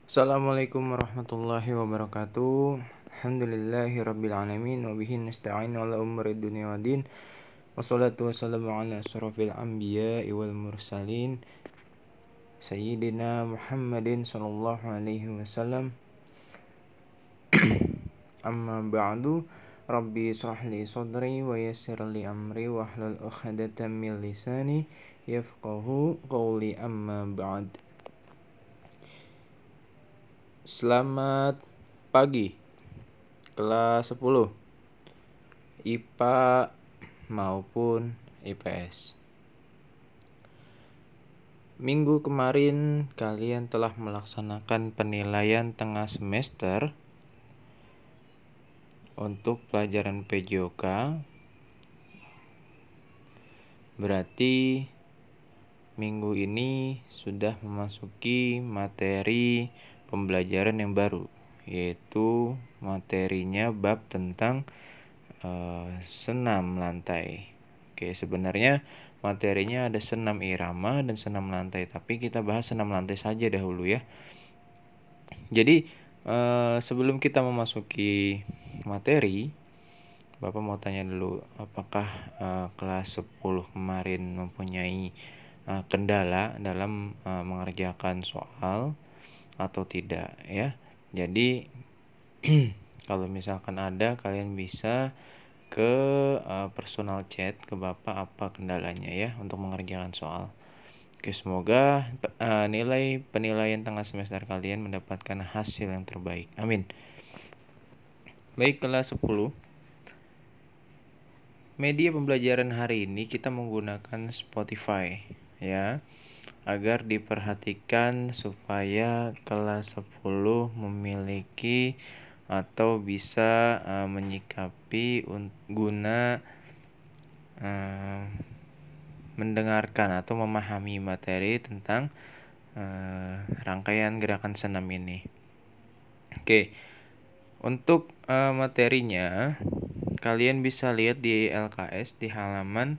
Assalamualaikum warahmatullahi wabarakatuh. Alhamdulillahirabbil alamin wa bihi nasta'in ala umuri dunya waddin. Wassalatu wassalamu ala asyrofil anbiya'i wal mursalin Sayyidina Muhammadin sallallahu alaihi wasallam. Amma ba'du. Rabbi israh li sadri wa yassir li amri wahlul 'uqdatam min lisani yafqahu qawli. Amma ba'd. Selamat pagi kelas 10 IPA maupun IPS. Minggu kemarin kalian telah melaksanakan penilaian tengah semester untuk pelajaran PJOK. Berarti minggu ini sudah memasuki materi pembelajaran yang baru, yaitu materinya bab tentang senam lantai. Oke, sebenarnya materinya ada senam irama dan senam lantai, tapi kita bahas senam lantai saja dahulu ya. Jadi sebelum kita memasuki materi, Bapak mau tanya dulu, apakah kelas 10 kemarin mempunyai kendala dalam mengerjakan soal atau tidak ya. Jadi kalau misalkan ada, kalian bisa ke personal chat ke Bapak apa kendalanya ya untuk mengerjakan soal. Oke, semoga nilai penilaian tengah semester kalian mendapatkan hasil yang terbaik. Amin. Baik, kelas 10. Media pembelajaran hari ini kita menggunakan Spotify ya, agar diperhatikan supaya kelas 10 memiliki atau bisa menyikapi guna mendengarkan atau memahami materi tentang rangkaian gerakan senam ini. Oke, untuk materinya kalian bisa lihat di LKS di halaman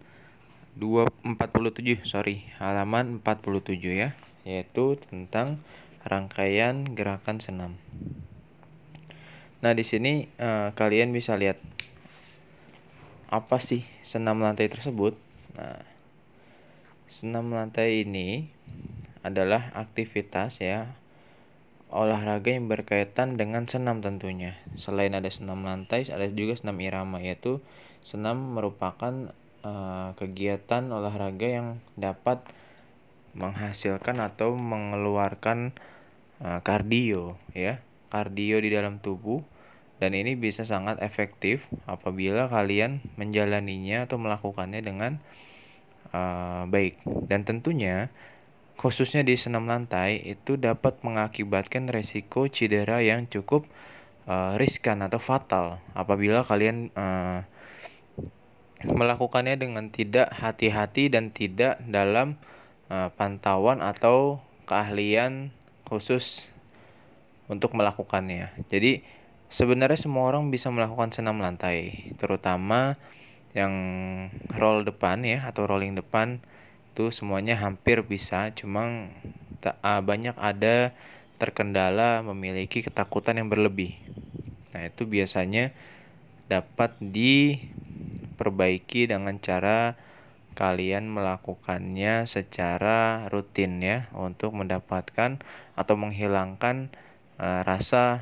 47 ya, yaitu tentang rangkaian gerakan senam. Nah, di sini kalian bisa lihat apa sih senam lantai tersebut. Nah, senam lantai ini adalah aktivitas ya, olahraga yang berkaitan dengan senam tentunya. Selain ada senam lantai, ada juga senam irama, yaitu senam merupakan kegiatan olahraga yang dapat menghasilkan atau mengeluarkan kardio ya, kardio di dalam tubuh, dan ini bisa sangat efektif apabila kalian menjalaninya atau melakukannya dengan baik. Dan tentunya khususnya di senam lantai itu dapat mengakibatkan resiko cedera yang cukup riskan atau fatal apabila kalian melakukannya dengan tidak hati-hati dan tidak dalam pantauan atau keahlian khusus untuk melakukannya. Jadi sebenarnya semua orang bisa melakukan senam lantai, terutama yang roll depan ya atau rolling depan, itu semuanya hampir bisa, cuma banyak ada terkendala memiliki ketakutan yang berlebih. Nah, itu biasanya dapat diperbaiki dengan cara kalian melakukannya secara rutin ya, untuk mendapatkan atau menghilangkan rasa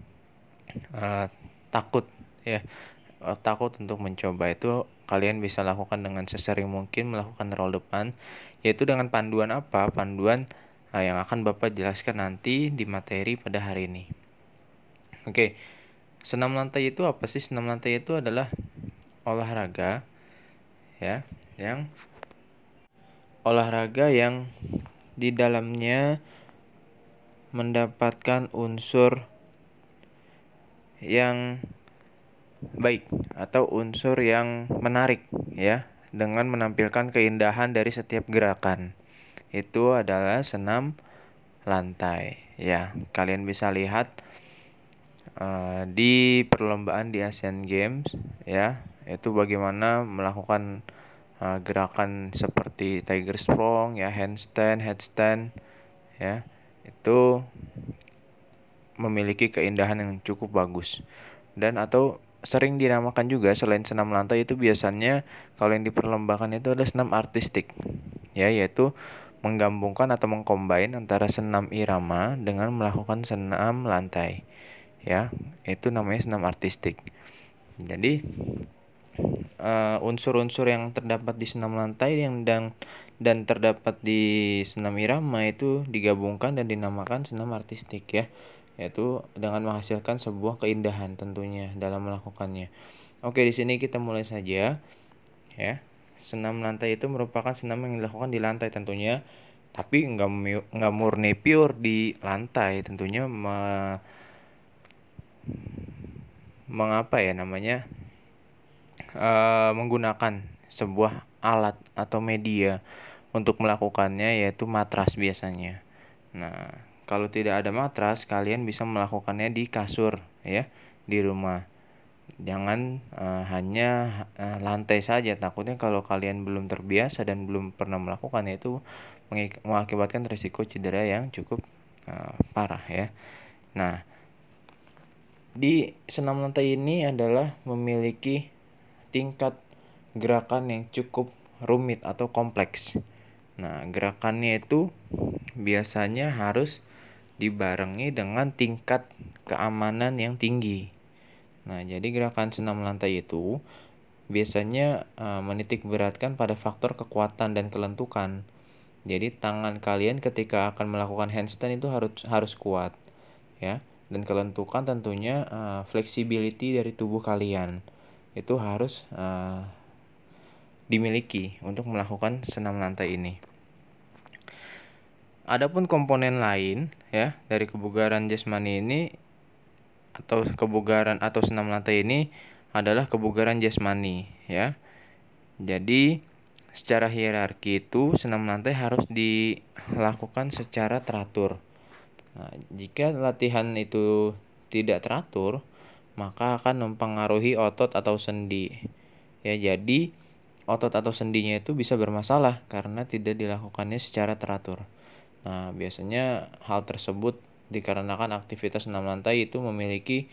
takut ya, takut untuk mencoba. Itu kalian bisa lakukan dengan sesering mungkin melakukan roll depan, yaitu dengan panduan apa? Panduan yang akan Bapak jelaskan nanti di materi pada hari ini. Oke, senam lantai itu apa sih? Senam lantai itu adalah olahraga ya, yang di dalamnya mendapatkan unsur yang baik atau unsur yang menarik ya, dengan menampilkan keindahan dari setiap gerakan. Itu adalah senam lantai ya. Kalian bisa lihat di perlombaan di Asian Games ya, itu bagaimana melakukan gerakan seperti tiger sprong ya, handstand, headstand ya. Itu memiliki keindahan yang cukup bagus. Dan atau sering dinamakan juga selain senam lantai itu biasanya kalau yang diperlombakan itu adalah senam artistik. Ya, yaitu menggabungkan atau mengcombine antara senam irama dengan melakukan senam lantai. Ya, itu namanya senam artistik. Jadi unsur-unsur yang terdapat di senam lantai dan terdapat di senam irama itu digabungkan dan dinamakan senam artistik ya, yaitu dengan menghasilkan sebuah keindahan tentunya dalam melakukannya. Oke, di sini kita mulai saja ya. Senam lantai itu merupakan senam yang dilakukan di lantai tentunya, tapi nggak murni pure di lantai tentunya, mengapa ya namanya, menggunakan sebuah alat atau media untuk melakukannya, yaitu matras biasanya. Nah, kalau tidak ada matras, kalian bisa melakukannya di kasur ya, di rumah. Jangan hanya lantai saja, takutnya kalau kalian belum terbiasa dan belum pernah melakukannya itu mengakibatkan risiko cedera yang cukup parah ya. Nah, di senam lantai ini adalah memiliki tingkat gerakan yang cukup rumit atau kompleks. Nah, gerakannya itu biasanya harus dibarengi dengan tingkat keamanan yang tinggi. Nah, jadi gerakan senam lantai itu biasanya menitik beratkan pada faktor kekuatan dan kelentukan. Jadi tangan kalian ketika akan melakukan handstand itu harus kuat, ya. Dan kelentukan tentunya flexibility dari tubuh kalian itu harus dimiliki untuk melakukan senam lantai ini. Adapun komponen lain ya dari kebugaran jasmani ini atau kebugaran atau senam lantai ini adalah kebugaran jasmani ya. Jadi secara hierarki itu senam lantai harus dilakukan secara teratur. Nah, jika latihan itu tidak teratur, maka akan mempengaruhi otot atau sendi. Ya, jadi otot atau sendinya itu bisa bermasalah karena tidak dilakukannya secara teratur. Nah, biasanya hal tersebut dikarenakan aktivitas senam lantai itu memiliki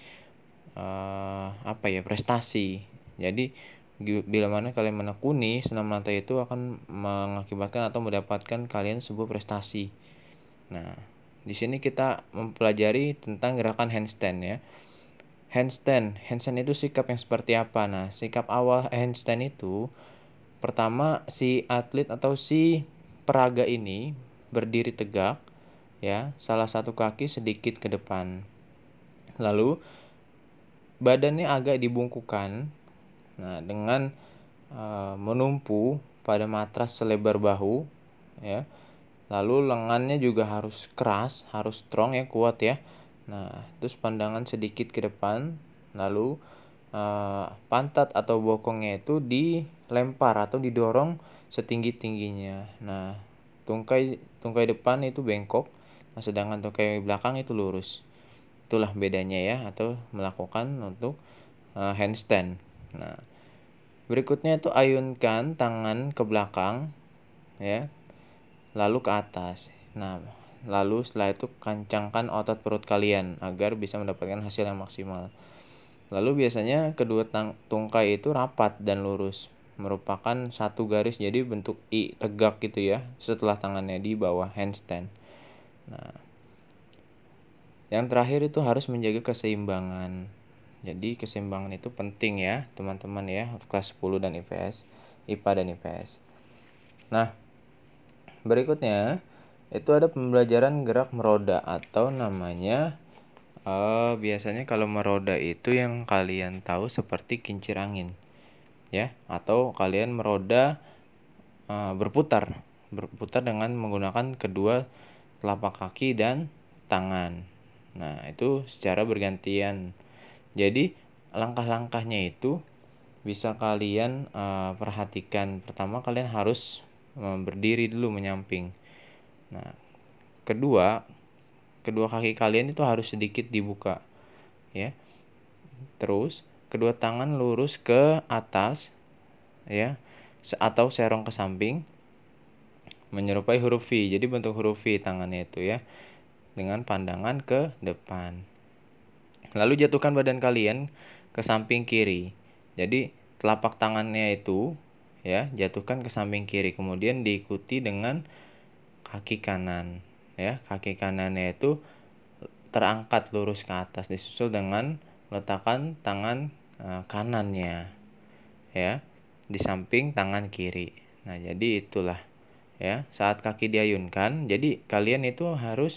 prestasi. Jadi bila mana kalian menekuni senam lantai itu akan mengakibatkan atau mendapatkan kalian sebuah prestasi. Nah, di sini kita mempelajari tentang gerakan handstand ya. Handstand itu sikap yang seperti apa? Nah, sikap awal handstand itu pertama si atlet atau si peraga ini berdiri tegak ya, salah satu kaki sedikit ke depan. Lalu badannya agak dibungkukkan. Nah, dengan menumpu pada matras selebar bahu ya. Lalu lengannya juga harus keras, harus strong ya, kuat ya. Nah, terus pandangan sedikit ke depan, lalu pantat atau bokongnya itu dilempar atau didorong setinggi-tingginya. Nah, tungkai depan itu bengkok, nah sedangkan tungkai belakang itu lurus. Itulah bedanya ya, atau melakukan untuk handstand. Nah, berikutnya itu ayunkan tangan ke belakang ya, lalu ke atas. Nah, lalu setelah itu kencangkan otot perut kalian agar bisa mendapatkan hasil yang maksimal. Lalu biasanya kedua tungkai itu rapat dan lurus, merupakan satu garis, jadi bentuk I tegak gitu ya, setelah tangannya di bawah handstand. Nah, yang terakhir itu harus menjaga keseimbangan. Jadi keseimbangan itu penting ya teman-teman ya, kelas 10 dan IPA dan IPS. Nah, berikutnya itu ada pembelajaran gerak meroda atau namanya biasanya kalau meroda itu yang kalian tahu seperti kincir angin ya, atau kalian meroda berputar dengan menggunakan kedua telapak kaki dan tangan. Nah, itu secara bergantian. Jadi langkah-langkahnya itu bisa kalian perhatikan. Pertama kalian harus berdiri dulu menyamping. Nah, kedua kaki kalian itu harus sedikit dibuka ya. Terus kedua tangan lurus ke atas ya, atau serong ke samping menyerupai huruf V. Jadi bentuk huruf V tangannya itu ya, dengan pandangan ke depan. Lalu jatuhkan badan kalian ke samping kiri. Jadi telapak tangannya itu ya jatuhkan ke samping kiri, kemudian diikuti dengan kaki kanan. Ya, kaki kanannya itu terangkat lurus ke atas, disusul dengan letakkan tangan kanannya ya di samping tangan kiri. Nah, jadi itulah ya, saat kaki diayunkan, jadi kalian itu harus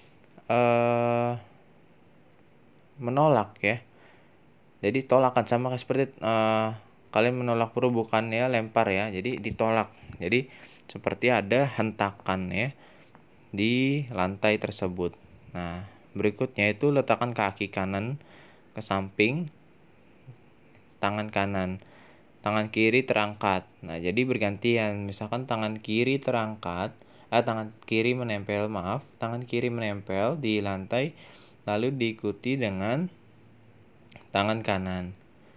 menolak ya. Jadi tolakan sama seperti kalian menolak peluru, bukan ya lempar ya. Jadi ditolak. Jadi seperti ada hentakan ya di lantai tersebut. Nah, berikutnya itu letakkan kaki kanan ke samping tangan kanan. Tangan kiri terangkat. Nah, jadi bergantian. Misalkan tangan kiri terangkat, tangan kiri menempel di lantai, lalu diikuti dengan tangan kanan.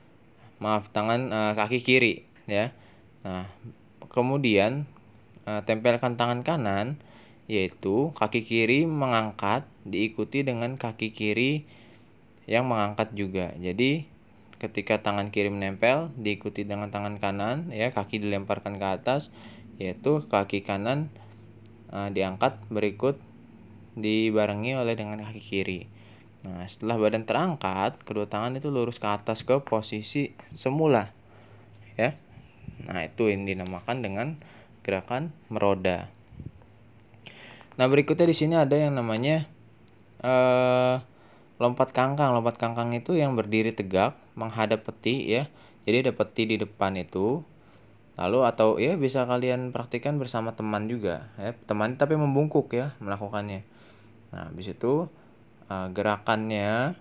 Kaki kiri ya. Nah, kemudian tempelkan tangan kanan, yaitu kaki kiri mengangkat diikuti dengan kaki kiri yang mengangkat juga. Jadi ketika tangan kiri menempel diikuti dengan tangan kanan ya, kaki dilemparkan ke atas, yaitu kaki kanan diangkat berikut dibarengi oleh dengan kaki kiri. Nah, setelah badan terangkat, kedua tangan itu lurus ke atas ke posisi semula ya. Nah, itu yang dinamakan dengan gerakan meroda. Nah, berikutnya di sini ada yang namanya lompat kangkang. Lompat kangkang itu yang berdiri tegak menghadap peti ya. Jadi ada peti di depan itu. Lalu atau ya bisa kalian praktikkan bersama teman juga ya. Teman tapi membungkuk ya melakukannya. Nah, habis itu gerakannya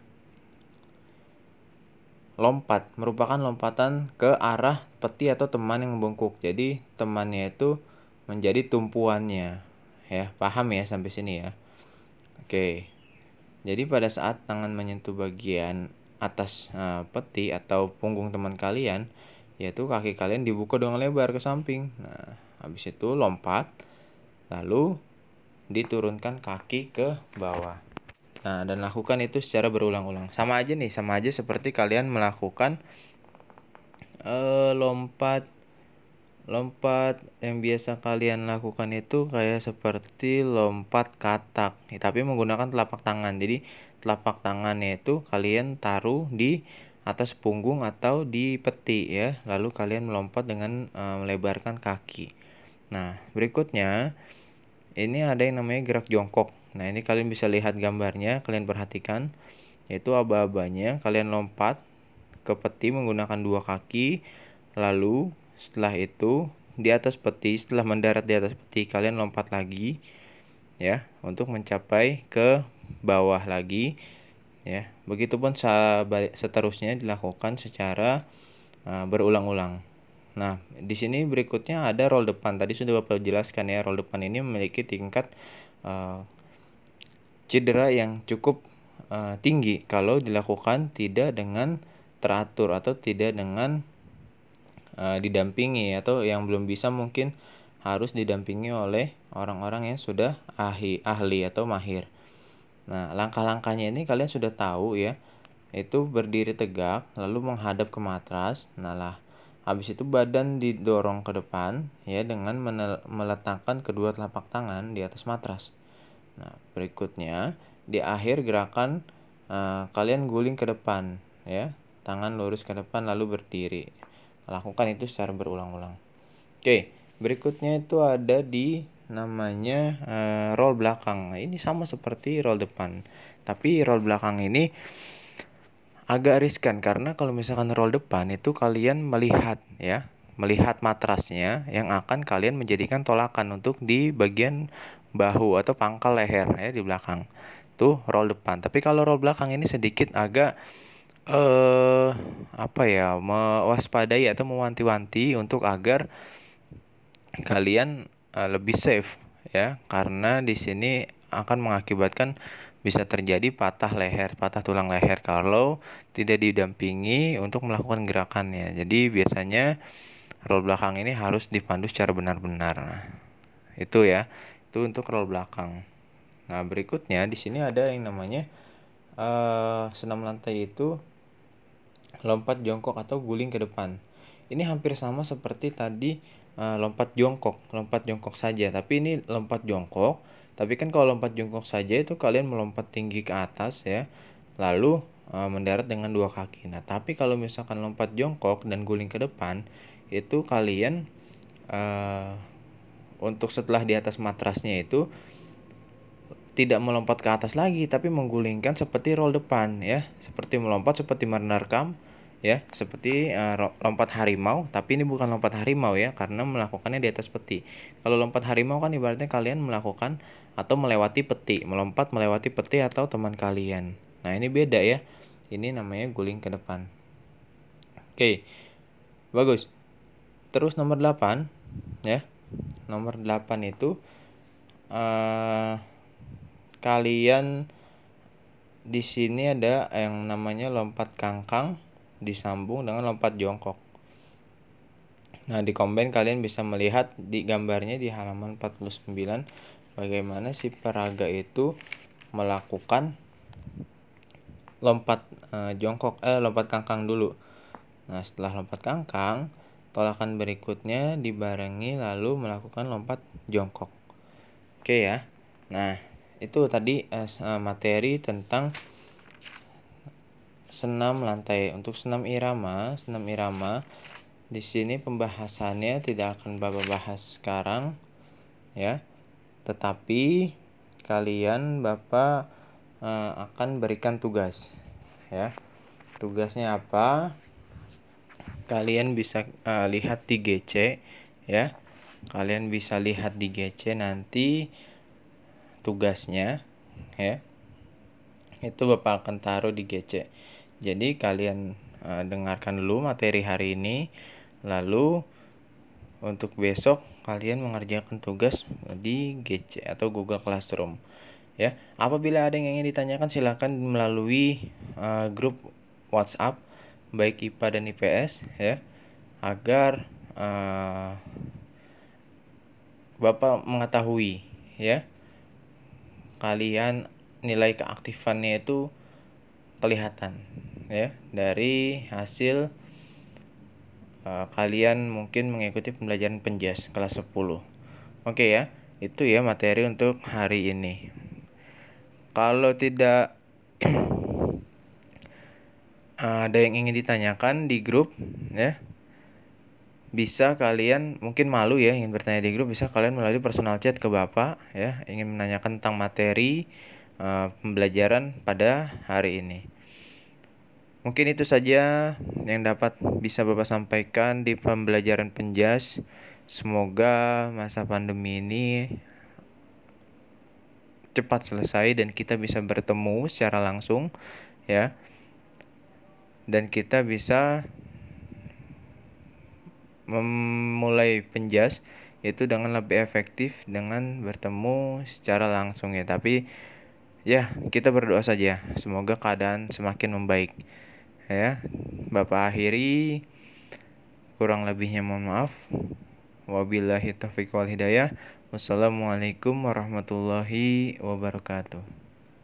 lompat merupakan lompatan ke arah peti atau teman yang membungkuk. Jadi temannya itu menjadi tumpuannya ya. Paham ya sampai sini ya. Oke. Jadi pada saat tangan menyentuh bagian atas peti atau punggung teman kalian, yaitu kaki kalian dibuka dengan lebar ke samping. Nah, habis itu lompat, lalu diturunkan kaki ke bawah. Nah, dan lakukan itu secara berulang-ulang. Sama aja seperti kalian melakukan lompat yang biasa kalian lakukan itu kayak seperti lompat katak, tapi menggunakan telapak tangan. Jadi telapak tangannya itu kalian taruh di atas punggung atau di peti ya, lalu kalian melompat dengan melebarkan kaki. Nah, berikutnya ini ada yang namanya gerak jongkok. Nah, ini kalian bisa lihat gambarnya, kalian perhatikan, yaitu aba-abanya kalian lompat ke peti menggunakan dua kaki, lalu setelah itu setelah mendarat di atas peti, kalian lompat lagi ya untuk mencapai ke bawah lagi ya. Begitupun seterusnya dilakukan secara berulang-ulang. Nah, di sini berikutnya ada roll depan. Tadi sudah Bapak jelaskan ya, roll depan ini memiliki tingkat cedera yang cukup tinggi kalau dilakukan tidak dengan teratur atau tidak dengan didampingi, atau yang belum bisa mungkin harus didampingi oleh orang-orang yang sudah ahli atau mahir. Nah, langkah-langkahnya ini kalian sudah tahu ya. Itu berdiri tegak lalu menghadap ke matras. Nah, habis itu badan didorong ke depan ya dengan meletakkan kedua telapak tangan di atas matras. Nah, berikutnya di akhir gerakan kalian guling ke depan ya. Tangan lurus ke depan lalu berdiri. Lakukan itu secara berulang-ulang. Oke, berikutnya itu ada di namanya roll belakang. Nah, ini sama seperti roll depan. Tapi roll belakang ini agak riskan karena kalau misalkan roll depan itu kalian melihat matrasnya yang akan kalian menjadikan tolakan untuk di bagian bahu atau pangkal leher ya di belakang. Tuh roll depan. Tapi kalau roll belakang ini sedikit agak mewaspadai atau mewanti-wanti untuk agar kalian lebih safe ya, karena di sini akan mengakibatkan bisa terjadi patah tulang leher kalau tidak didampingi untuk melakukan gerakannya. Jadi biasanya roll belakang ini harus dipandu secara benar-benar. Nah, itu ya. Itu untuk roll belakang. Nah, berikutnya di sini ada yang namanya senam lantai itu lompat jongkok atau guling ke depan. Ini hampir sama seperti tadi lompat jongkok saja. Tapi ini lompat jongkok. Tapi kan kalau lompat jongkok saja itu kalian melompat tinggi ke atas ya, lalu mendarat dengan dua kaki. Nah, tapi kalau misalkan lompat jongkok dan guling ke depan, itu kalian untuk setelah di atas matrasnya itu tidak melompat ke atas lagi, tapi menggulingkan seperti roll depan ya, seperti melompat seperti menerkam ya, seperti lompat harimau. Tapi ini bukan lompat harimau ya, karena melakukannya di atas peti. Kalau lompat harimau kan ibaratnya kalian melakukan atau melewati peti, melompat melewati peti atau teman kalian. Nah, ini beda ya, ini namanya guling ke depan. Oke, bagus. Terus nomor 8 ya, nomor 8 itu kalian di sini ada yang namanya lompat kangkang disambung dengan lompat jongkok. Nah, di combine kalian bisa melihat di gambarnya di halaman 49 bagaimana si peraga itu melakukan lompat lompat kangkang dulu. Nah, setelah lompat kangkang, tolakan berikutnya dibarengi lalu melakukan lompat jongkok. Oke ya. Nah, itu tadi materi tentang senam lantai. Untuk senam irama di sini pembahasannya tidak akan Bapak bahas sekarang ya. Tetapi kalian Bapak akan berikan tugas ya. Tugasnya apa? Kalian bisa lihat di GC ya. Kalian bisa lihat di GC nanti tugasnya ya. Itu Bapak akan taruh di GC. Jadi kalian dengarkan dulu materi hari ini, lalu untuk besok kalian mengerjakan tugas di GC atau Google Classroom ya. Apabila ada yang ingin ditanyakan silakan melalui grup WhatsApp baik IPA dan IPS ya, agar Bapak mengetahui ya, kalian nilai keaktifannya itu kelihatan ya dari hasil kalian mungkin mengikuti pembelajaran penjas kelas 10. Oke ya, itu ya materi untuk hari ini. Kalau tidak ada yang ingin ditanyakan di grup ya, bisa kalian, mungkin malu ya ingin bertanya di grup, bisa kalian melalui personal chat ke Bapak ya, ingin menanyakan tentang materi pembelajaran pada hari ini. Mungkin itu saja yang dapat bisa Bapak sampaikan di pembelajaran penjas. Semoga masa pandemi ini cepat selesai dan kita bisa bertemu secara langsung ya. Dan kita bisa memulai penjas itu dengan lebih efektif dengan bertemu secara langsung ya. Tapi ya, kita berdoa saja semoga keadaan semakin membaik ya. Bapak akhiri, kurang lebihnya mohon maaf. Wabillahi taufiq wal hidayah. Wassalamualaikum warahmatullahi wabarakatuh.